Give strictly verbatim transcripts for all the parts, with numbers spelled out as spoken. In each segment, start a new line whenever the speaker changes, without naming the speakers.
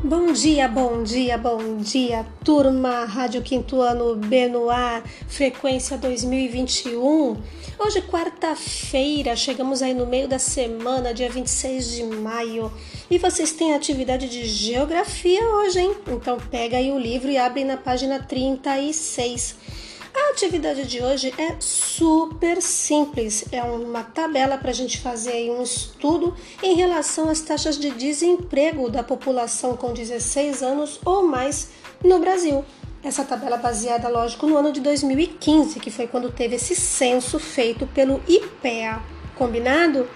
Bom dia, bom dia, bom dia, turma, Rádio Quinto Ano B no ar, frequência dois mil e vinte e um. Hoje, quarta-feira, chegamos aí no meio da semana, dia vinte e seis de maio, e vocês têm atividade de geografia hoje, hein? Então pega aí o livro e abre na página trinta e seis. A atividade de hoje é super simples, é uma tabela para a gente fazer aí um estudo em relação às taxas de desemprego da população com dezesseis anos ou mais no Brasil. Essa tabela é baseada, lógico, no ano de dois mil e quinze, que foi quando teve esse censo feito pelo I P E A, combinado?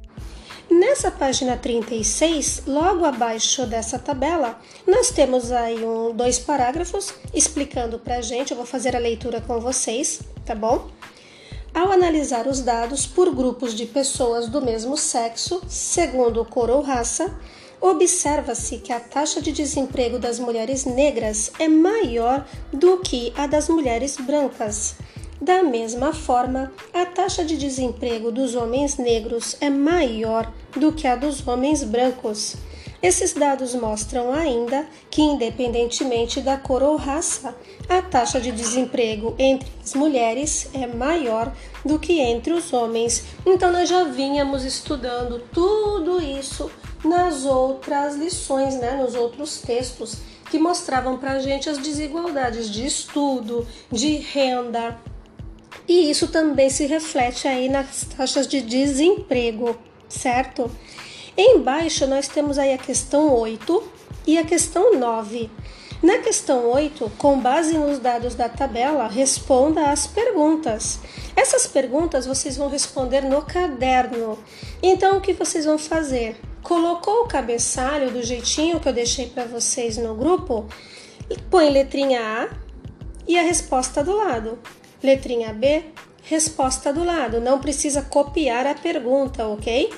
Nessa página trinta e seis, logo abaixo dessa tabela, nós temos aí um, dois parágrafos explicando para a gente, eu vou fazer a leitura com vocês, tá bom? Ao analisar os dados por grupos de pessoas do mesmo sexo, segundo cor ou raça, observa-se que a taxa de desemprego das mulheres negras é maior do que a das mulheres brancas. Da mesma forma, a taxa de desemprego dos homens negros é maior do que a dos homens brancos. Esses dados mostram ainda que, independentemente da cor ou raça, a taxa de desemprego entre as mulheres é maior do que entre os homens. Então, nós já vínhamos estudando tudo isso nas outras lições, né? Nos outros textos que mostravam para a gente as desigualdades de estudo, de renda. E isso também se reflete aí nas taxas de desemprego, certo? Embaixo nós temos aí a questão oito e a questão nove. Na questão oito, com base nos dados da tabela, responda às perguntas. Essas perguntas vocês vão responder no caderno. Então, o que vocês vão fazer? Colocou o cabeçalho do jeitinho que eu deixei para vocês no grupo? Põe letrinha A e a resposta do lado. Letrinha B, resposta do lado. Não precisa copiar a pergunta, ok?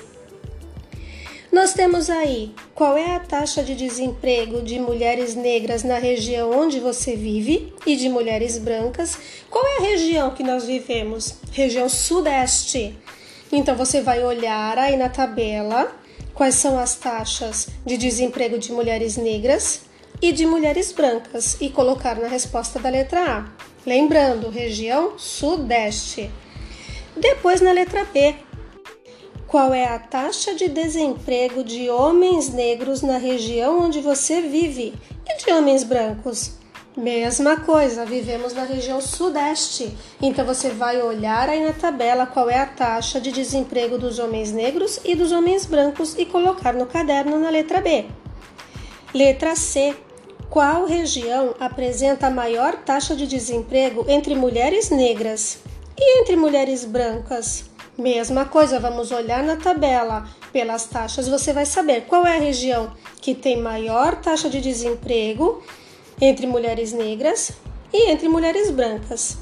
Nós temos aí, qual é a taxa de desemprego de mulheres negras na região onde você vive e de mulheres brancas? Qual é a região que nós vivemos? Região Sudeste. Então, você vai olhar aí na tabela quais são as taxas de desemprego de mulheres negras e de mulheres brancas e colocar na resposta da letra A. Lembrando, região Sudeste. Depois, na letra B, qual é a taxa de desemprego de homens negros na região onde você vive e de homens brancos? Mesma coisa, vivemos na região Sudeste. Então, você vai olhar aí na tabela qual é a taxa de desemprego dos homens negros e dos homens brancos e colocar no caderno na letra B. Letra C. Qual região apresenta a maior taxa de desemprego entre mulheres negras e entre mulheres brancas? Mesma coisa, vamos olhar na tabela. Pelas taxas você vai saber qual é a região que tem maior taxa de desemprego entre mulheres negras e entre mulheres brancas.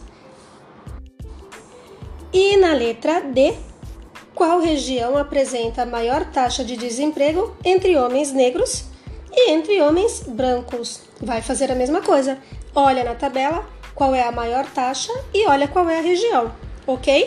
E na letra D, qual região apresenta a maior taxa de desemprego entre homens negros e entre homens brancos? Vai fazer a mesma coisa. Olha na tabela qual é a maior taxa e olha qual é a região, ok?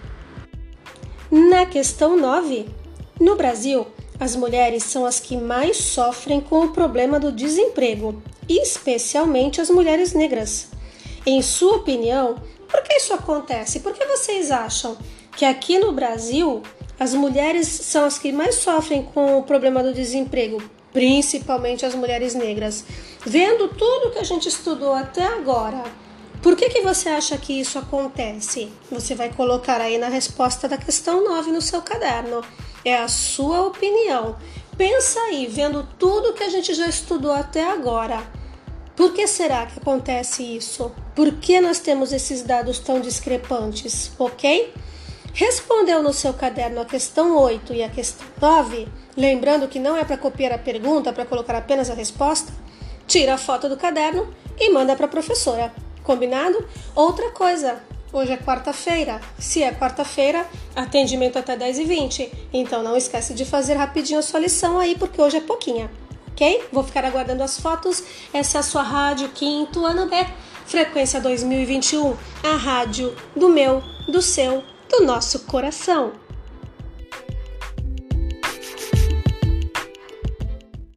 Na questão nove, no Brasil, as mulheres são as que mais sofrem com o problema do desemprego, especialmente as mulheres negras. Em sua opinião, por que isso acontece? Por que vocês acham que aqui no Brasil as mulheres são as que mais sofrem com o problema do desemprego? Principalmente as mulheres negras. Vendo tudo que a gente estudou até agora, por que que você acha que isso acontece? Você vai colocar aí na resposta da questão nove no seu caderno. É a sua opinião. Pensa aí, vendo tudo que a gente já estudou até agora. Por que será que acontece isso? Por que nós temos esses dados tão discrepantes, ok? Respondeu no seu caderno a questão oito e a questão nove? Lembrando que não é para copiar a pergunta, para colocar apenas a resposta? Tira a foto do caderno e manda para a professora. Combinado? Outra coisa, hoje é quarta-feira. Se é quarta-feira, atendimento até dez e vinte. Então não esquece de fazer rapidinho a sua lição aí, porque hoje é pouquinha. Ok? Vou ficar aguardando as fotos. Essa é a sua Rádio Quinto Ano B, frequência dois mil e vinte e um. A rádio do meu, do seu, do nosso coração.